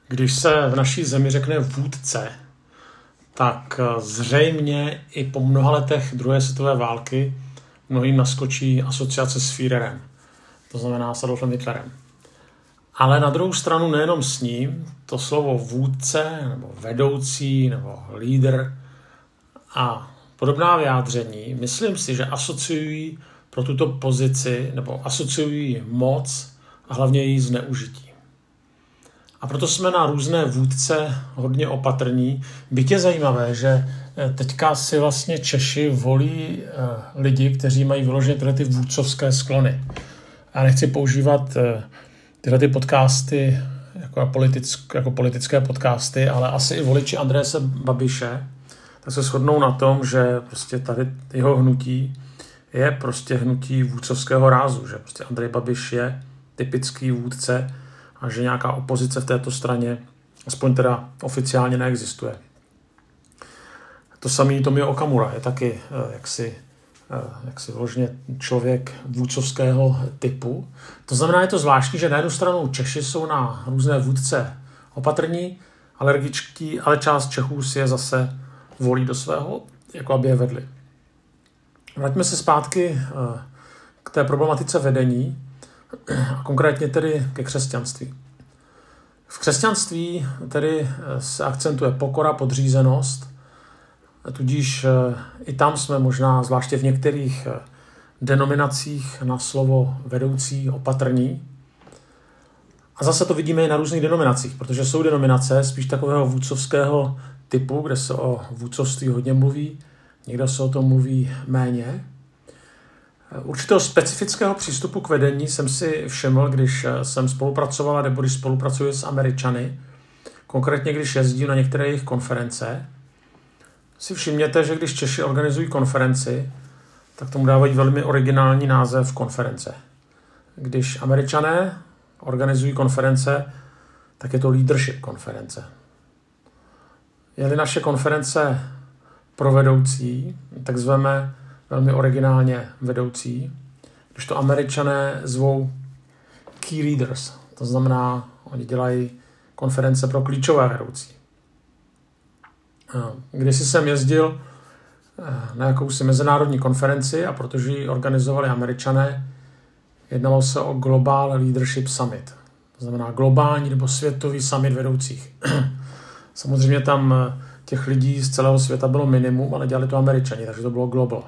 Když se v naší zemi řekne vůdce, tak zřejmě i po mnoha letech druhé světové války mnohým naskočí asociace s Führerem, to znamená s Adolfem Hitlerem. Ale na druhou stranu nejenom s ním, to slovo vůdce, nebo vedoucí, nebo lídr a podobná vyjádření, myslím si, že asociují pro tuto pozici, nebo asociují moc a hlavně její zneužití. A proto jsme na různé vůdce hodně opatrní. Byť je zajímavé, že teďka si vlastně Češi volí lidi, kteří mají vyloženě tyhle ty vůdcovské sklony. Já nechci používat tyhle ty podcasty jako politické podcasty, ale asi i voliči Andreje Babiše tak se shodnou na tom, že prostě tady jeho hnutí je prostě hnutí vůdcovského rázu, že prostě Andrej Babiš je typický vůdce a že nějaká opozice v této straně aspoň teda oficiálně neexistuje. To samý Tomio Okamura je taky jaksi vložně člověk vůdcovského typu. To znamená, je to zvláštní, že na jednu stranu Češi jsou na různé vůdce opatrní, alergičtí, ale část Čechů si je zase volí do svého, jako aby je vedli. Vraťme se zpátky k té problematice vedení, a konkrétně tedy ke křesťanství. V křesťanství tedy se akcentuje pokora, podřízenost, tudíž i tam jsme možná, zvláště v některých denominacích, na slovo vedoucí opatrní. A zase to vidíme i na různých denominacích, protože jsou denominace spíš takového vůdcovského typu, kde se o vůdcovství hodně mluví, někde se o tom mluví méně. Určitého specifického přístupu k vedení jsem si všiml, když jsem spolupracoval nebo když spolupracuji s Američany, konkrétně když jezdím na některé jejich konference. Si všimněte, že když Češi organizují konferenci, tak tomu dávají velmi originální název konference. Když Američané organizují konference, tak je to leadership konference. Je-li naše konference pro vedoucí, tak zveme velmi originálně vedoucí, když to Američané zvou key leaders, to znamená, oni dělají konference pro klíčové vedoucí. Když jsem jezdil na jakousi mezinárodní konferenci a protože ji organizovali Američané, jednalo se o Global Leadership Summit, to znamená globální nebo světový summit vedoucích. Samozřejmě tam těch lidí z celého světa bylo minimum, ale dělali to Američani, takže to bylo global.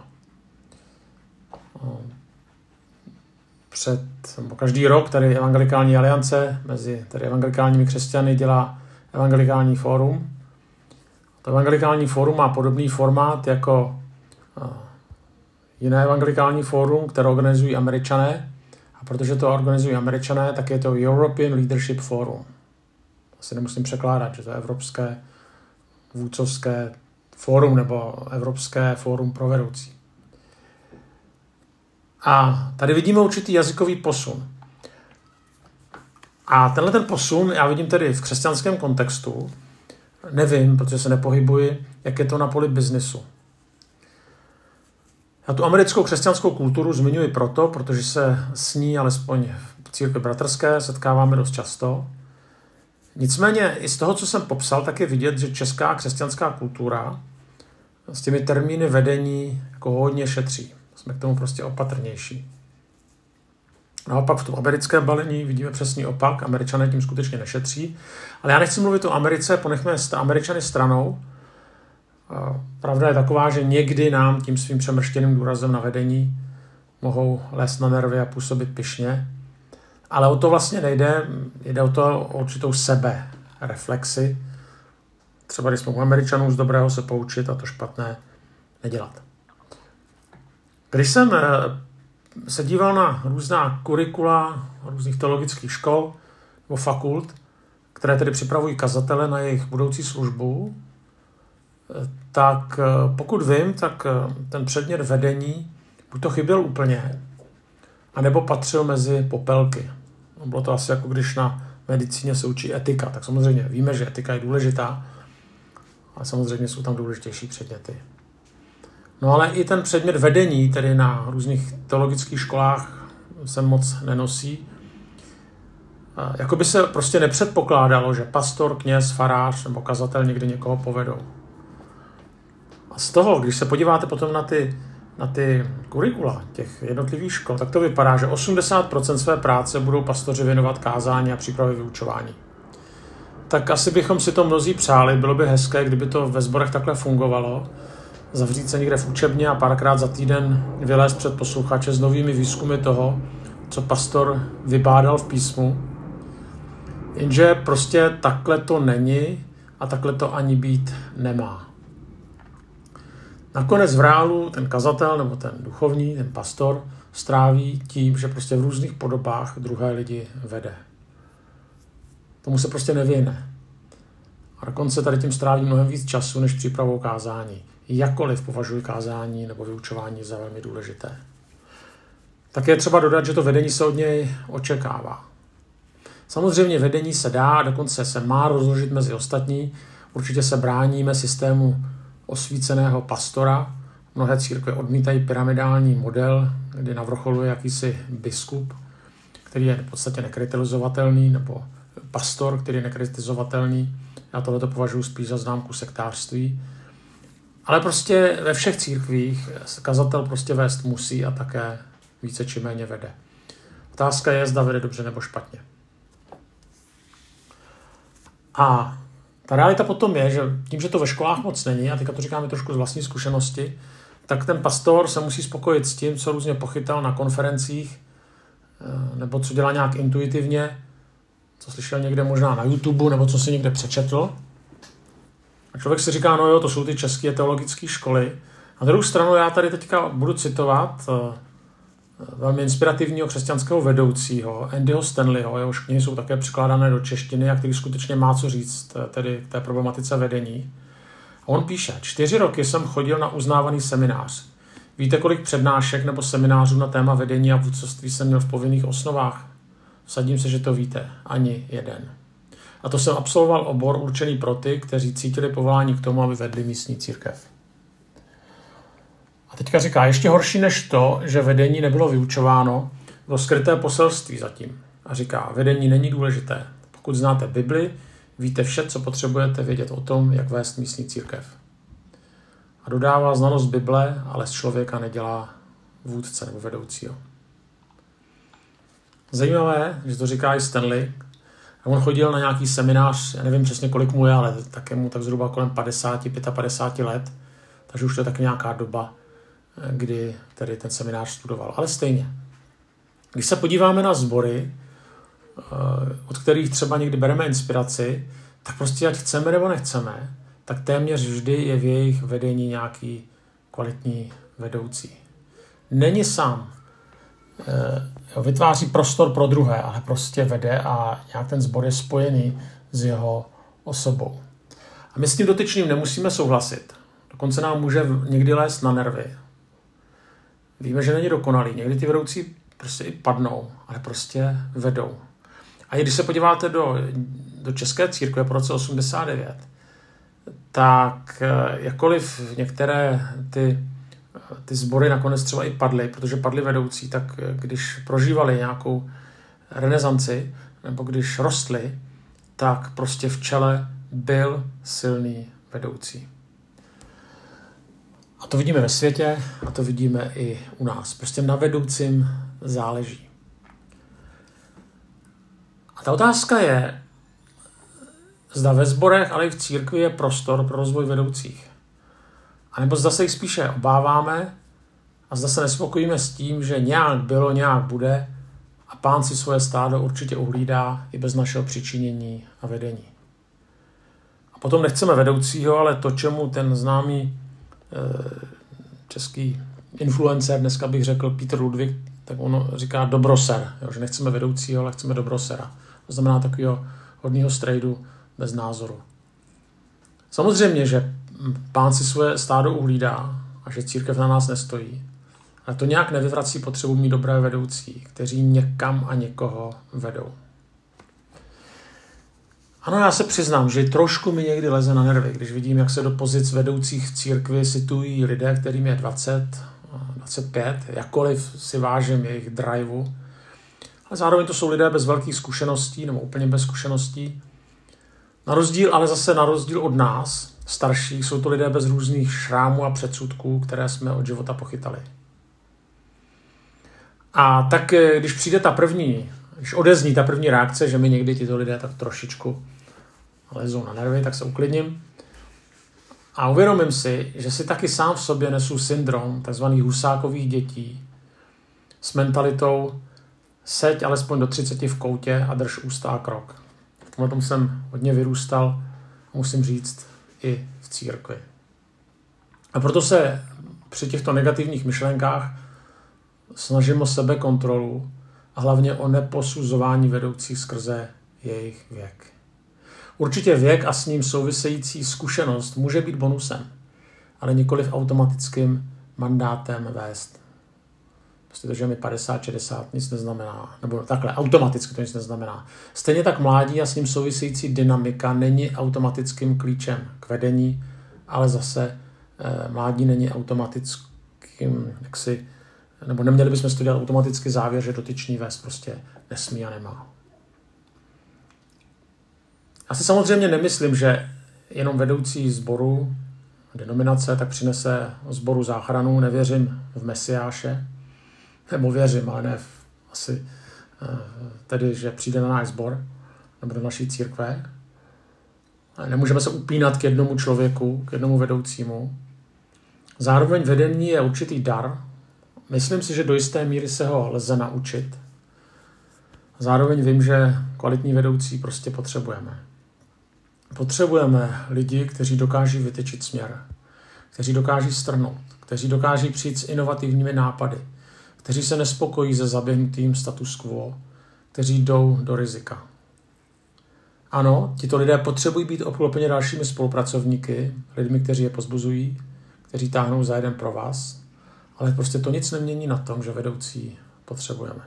Každý rok tady Evangelikální aliance mezi tady evangelikálními křesťany dělá Evangelikální fórum. To Evangelikální fórum má podobný formát jako jiné Evangelikální fórum, které organizují Američané. A protože to organizují Američané, tak je to European Leadership Forum. Asi nemusím překládat, že to je Evropské vůdcovské fórum nebo Evropské fórum pro vedoucí. A tady vidíme určitý jazykový posun. A tenhle ten posun já vidím tedy v křesťanském kontextu. Nevím, protože se nepohybuji, jak je to na poli biznisu. Já tu americkou křesťanskou kulturu zmiňuji protože se s ní, alespoň v církvi bratrské, setkáváme dost často. Nicméně i z toho, co jsem popsal, tak je vidět, že česká křesťanská kultura s těmi termíny vedení jako hodně šetří. Jsme k tomu prostě opatrnější. Naopak v tom americkém balení vidíme přesný opak. Američané tím skutečně nešetří. Ale já nechci mluvit o Americe, ponechme Američany stranou. Pravda je taková, že někdy nám tím svým přemrštěným důrazem na vedení mohou lézt na nervy a působit pyšně. Ale o to vlastně nejde. Jde o to o určitou sebereflexi. Třeba když jsme u Američanů z dobrého se poučit a to špatné nedělat. Když jsem se díval na různá kurikula různých teologických škol nebo fakult, které tedy připravují kazatele na jejich budoucí službu, tak pokud vím, tak ten předmět vedení buď to chyběl úplně, anebo patřil mezi popelky. Bylo to asi jako když na medicíně se učí etika, tak samozřejmě víme, že etika je důležitá, ale samozřejmě jsou tam důležitější předměty. No ale i ten předmět vedení, tedy na různých teologických školách, se moc nenosí. Jako by se prostě nepředpokládalo, že pastor, kněz, farář nebo kazatel někdy někoho povedou. A z toho, když se podíváte potom na ty kurikula těch jednotlivých škol, tak to vypadá, že 80% své práce budou pastoři věnovat kázání a přípravě vyučování. Tak asi bychom si to mnozí přáli, bylo by hezké, kdyby to ve sborech takhle fungovalo, zavřít se někde v učebně a párkrát za týden vylézt před posluchače s novými výzkumy toho, co pastor vybádal v písmu. Jenže prostě takhle to není a takhle to ani být nemá. Nakonec v reálu ten kazatel nebo ten duchovní, ten pastor stráví tím, že prostě v různých podobách druhé lidi vede. Tomu se prostě nevyhne. A dokonce tady tím stráví mnohem víc času než přípravou kázání. Jakkoliv považuji kázání nebo vyučování za velmi důležité. Tak je třeba dodat, že to vedení se od něj očekává. Samozřejmě vedení se dá, dokonce se má rozložit mezi ostatní. Určitě se bráníme systému osvíceného pastora. Mnohé církve odmítají pyramidální model, kdy na vrcholu je jakýsi biskup, který je v podstatě nekritizovatelný, nebo pastor, který je nekritizovatelný. Já tohleto považuji spíš za známku sektářství. Ale prostě ve všech církvích kazatel prostě vést musí a také více či méně vede. Otázka je, zda vede dobře nebo špatně. A ta realita potom je, že tím, že to ve školách moc není, a teďka to říkáme trošku z vlastní zkušenosti, tak ten pastor se musí spokojit s tím, co různě pochytal na konferencích, nebo co dělá nějak intuitivně, co slyšel někde možná na YouTube, nebo co si někde přečetl. A člověk si říká, no jo, to jsou ty české teologické školy. Na druhou stranu já tady teďka budu citovat velmi inspirativního křesťanského vedoucího, Andyho Stanleyho, jehož knihy jsou také překládané do češtiny a který skutečně má co říct tedy k té problematice vedení. A on píše, 4 roky jsem chodil na uznávaný seminář. Víte, kolik přednášek nebo seminářů na téma vedení a vůdcovství jsem měl v povinných osnovách? Vsadím se, že to víte. Ani jeden. A to jsem absolvoval obor určený pro ty, kteří cítili povolání k tomu, aby vedli místní církev. A teďka říká, ještě horší než to, že vedení nebylo vyučováno, bylo skryté poselství zatím. A říká, vedení není důležité. Pokud znáte Bibli, víte vše, co potřebujete vědět o tom, jak vést místní církev. A dodává, znalost Bible, ale z člověka nedělá vůdce nebo vedoucího. Zajímavé, že to říká i Stanley. A on chodil na nějaký seminář, já nevím přesně, kolik mu je, ale tak je mu tak zhruba kolem 55 let, takže už to je tak nějaká doba, kdy tedy ten seminář studoval. Ale stejně. Když se podíváme na sbory, od kterých třeba někdy bereme inspiraci, tak prostě ať chceme nebo nechceme, tak téměř vždy je v jejich vedení nějaký kvalitní vedoucí. Není sám. Vytváří prostor pro druhé, ale prostě vede a nějak ten sbor je spojený s jeho osobou. A my s tím dotyčným nemusíme souhlasit. Dokonce nám může někdy lézt na nervy. Víme, že není dokonalý. Někdy ty vedoucí prostě i padnou, ale prostě vedou. A když se podíváte do české církve po roce 89, tak jakkoliv některé ty sbory nakonec třeba i padly, protože padly vedoucí, tak když prožívali nějakou renesanci, nebo když rostli, tak prostě v čele byl silný vedoucí. A to vidíme ve světě a to vidíme i u nás. Prostě na vedoucím záleží. A ta otázka je, zda ve sborech, ale i v církvi je prostor pro rozvoj vedoucích. A nebo zda se jich spíše obáváme a zda se nespokojíme s tím, že nějak bylo, nějak bude a Pán si svoje stádo určitě uhlídá i bez našeho přičinění a vedení. A potom nechceme vedoucího, ale to, čemu ten známý český influencer, dneska bych řekl Peter Ludwig, tak on říká dobroser, jo, že nechceme vedoucího, ale chceme dobrosera. To znamená takového hodného strejdu bez názoru. Samozřejmě, že Pán si svoje stádo uhlídá a že církev na nás nestojí, ale to nějak nevyvrací potřebu mít dobré vedoucí, kteří někam a někoho vedou. Ano, já se přiznám, že trošku mi někdy leze na nervy, když vidím, jak se do pozic vedoucích v církvi situují lidé, kterým je 20, 25, jakkoliv si vážím jejich driveu. ale zároveň to jsou lidé bez velkých zkušeností nebo úplně bez zkušeností. Na rozdíl od nás, starších, jsou to lidé bez různých šrámů a předsudků, které jsme od života pochytali. A tak, když odezní ta první reakce, že mi někdy tyto lidé tak trošičku lezou na nervy, tak se uklidním. A uvědomím si, že si taky sám v sobě nesu syndrom tzv. Husákových dětí s mentalitou seď alespoň do 30 v koutě a drž ústa a krok. V tomhle tom jsem hodně vyrůstal, musím říct, i v církvi. A proto se při těchto negativních myšlenkách snažím o sebekontrolu a hlavně o neposuzování vedoucích skrze jejich věk. Určitě věk a s ním související zkušenost může být bonusem, ale nikoliv automatickým mandátem vést. Prostě to, že mi 50, 60 nic neznamená, nebo takhle, automaticky to nic neznamená. Stejně tak mládí a s ním související dynamika není automatickým klíčem k vedení, ale zase mládí není automatickým, nebo neměli bychom si to dělat automaticky závěr, že dotyčný vést prostě nesmí a nemá. Já si samozřejmě nemyslím, že jenom vedoucí sboru, denominace, tak přinese sboru záchranu. Nevěřím v Mesiáše, nebo věřím, ale ne asi tedy, že přijde na náš sbor nebo do naší církve. Nemůžeme se upínat k jednomu člověku, k jednomu vedoucímu. Zároveň vedení je určitý dar. Myslím si, že do jisté míry se ho lze naučit. Zároveň vím, že kvalitní vedoucí prostě potřebujeme. Potřebujeme lidi, kteří dokáží vytyčit směr, kteří dokáží strhnout, kteří dokáží přijít s inovativními nápady, kteří se nespokojí se zaběhnutým status quo, kteří jdou do rizika. Ano, tito lidé potřebují být obklopeni dalšími spolupracovníky, lidmi, kteří je povzbuzují, kteří táhnou za jeden pro vás, ale prostě to nic nemění na tom, že vedoucí potřebujeme.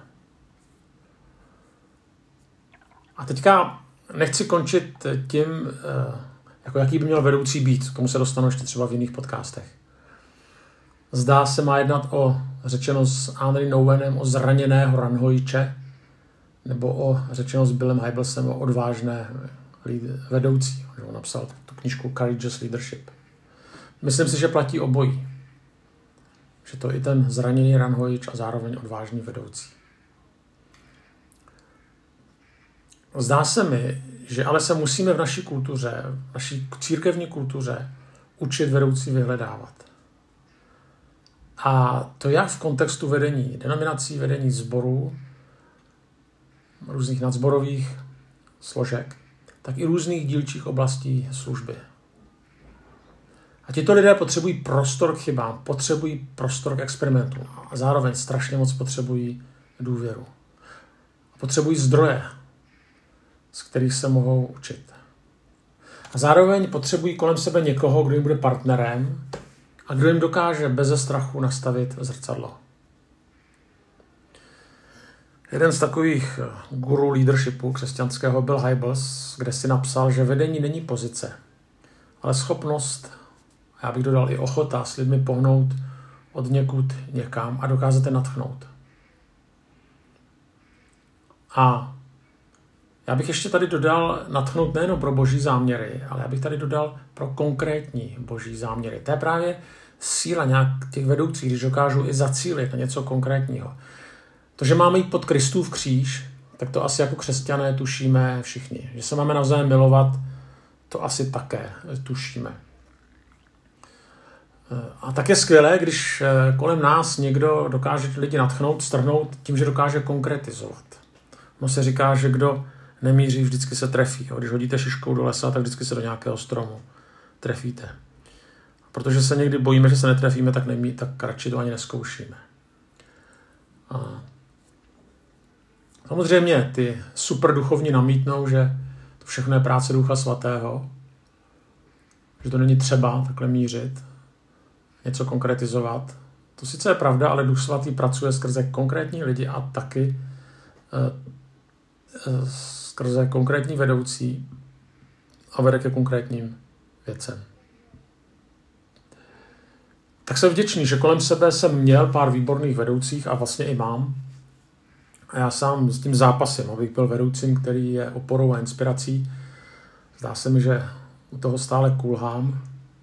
A teďka nechci končit tím, jako jaký by měl vedoucí být. K tomu se dostanu ještě třeba v jiných podcastech. Zdá se má jednat řečeno s Henry Nouwenem o zraněného ranhojiče, nebo řečeno s Billem Hybelsem o odvážné vedoucí. On napsal tu knížku Courageous Leadership. Myslím si, že platí obojí. Že to je i ten zraněný ranhojič a zároveň odvážný vedoucí. Zdá se mi, že ale se musíme v naší kultuře, v naší církevní kultuře učit vedoucí vyhledávat. A to jak v kontextu vedení denominací, vedení sborů, různých nadzborových složek, tak i různých dílčích oblastí služby. A tito lidé potřebují prostor k chybám, potřebují prostor k experimentu a zároveň strašně moc potřebují důvěru. A potřebují zdroje, z kterých se mohou učit. A zároveň potřebují kolem sebe někoho, kdo jim bude partnerem a kdo jim dokáže beze strachu nastavit zrcadlo. Jeden z takových guru leadershipu křesťanského byl Hybels, kde si napsal, že vedení není pozice, ale schopnost, a já bych dodal i ochota s lidmi pohnout od někud někam a dokázat je nadchnout. A já bych ještě tady dodal nadchnout nejen pro boží záměry, ale já bych tady dodal pro konkrétní boží záměry. To je právě síla nějak těch vedoucích, když dokážou i zacílit na něco konkrétního. To, že máme jít pod Kristův kříž, tak to asi jako křesťané tušíme všichni. Že se máme navzájem milovat, to asi také tušíme. A tak je skvělé, když kolem nás někdo dokáže lidi nadchnout, strhnout tím, že dokáže konkretizovat. No se říká, že kdo nemíří, vždycky se trefí. Když hodíte šiškou do lesa, tak vždycky se do nějakého stromu trefíte. Protože se někdy bojíme, že se netrefíme, tak radši to ani neskoušíme. A samozřejmě ty super duchovní namítnou, že to všechno je práce Ducha Svatého, že to není třeba takhle mířit, něco konkretizovat. To sice je pravda, ale Duch Svatý pracuje skrze konkrétní lidi a taky skrze konkrétní vedoucí a vede ke konkrétním věcem. Tak jsem vděčný, že kolem sebe jsem měl pár výborných vedoucích a vlastně i mám. A já sám s tím zápasem, abych byl vedoucím, který je oporou a inspirací. Zdá se mi, že u toho stále kulhám.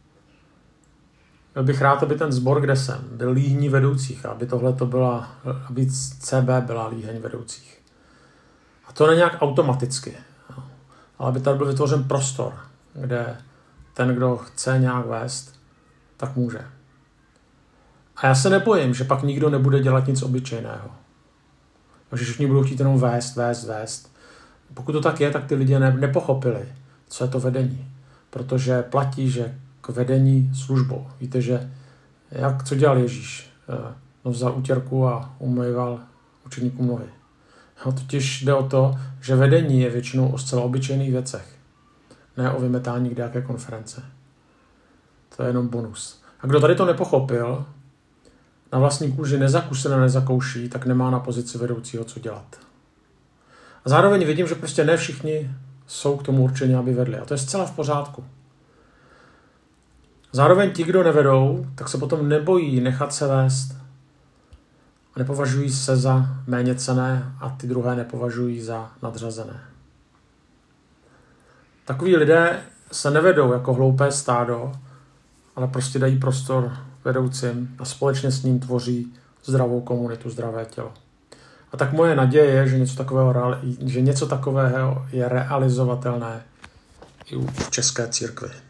Byl bych rád, aby ten sbor, kde jsem, byl líhní vedoucích, aby tohle to byla, aby CB byla líheň vedoucích. A to ne nějak automaticky, ale aby tady byl vytvořen prostor, kde ten, kdo chce nějak vést, tak může. A já se nebojím, že pak nikdo nebude dělat nic obyčejného. Že všichni budou chtít jenom vést. Pokud to tak je, tak ty lidi nepochopili, co je to vedení. Protože platí, že k vedení službou. Víte, že co dělal Ježíš? No, vzal utěrku a umýval učeníkům nohy. Totiž jde o to, že vedení je většinou o zcela obyčejných věcech. Ne o vymetání kdejaké konference. To je jenom bonus. A kdo tady to nepochopil, na vlastní kůži nezakusí a nezakouší, tak nemá na pozici vedoucího co dělat. A zároveň vidím, že prostě ne všichni jsou k tomu určeni, aby vedli. A to je zcela v pořádku. Zároveň ti, kdo nevedou, tak se potom nebojí nechat se vést. A nepovažují se za méněcenné a ty druhé nepovažují za nadřazené. Takoví lidé se nevedou jako hloupé stádo, ale prostě dají prostor vedoucím a společně s ním tvoří zdravou komunitu, zdravé tělo. A tak moje naděje je, že něco takového je realizovatelné i v české církvi.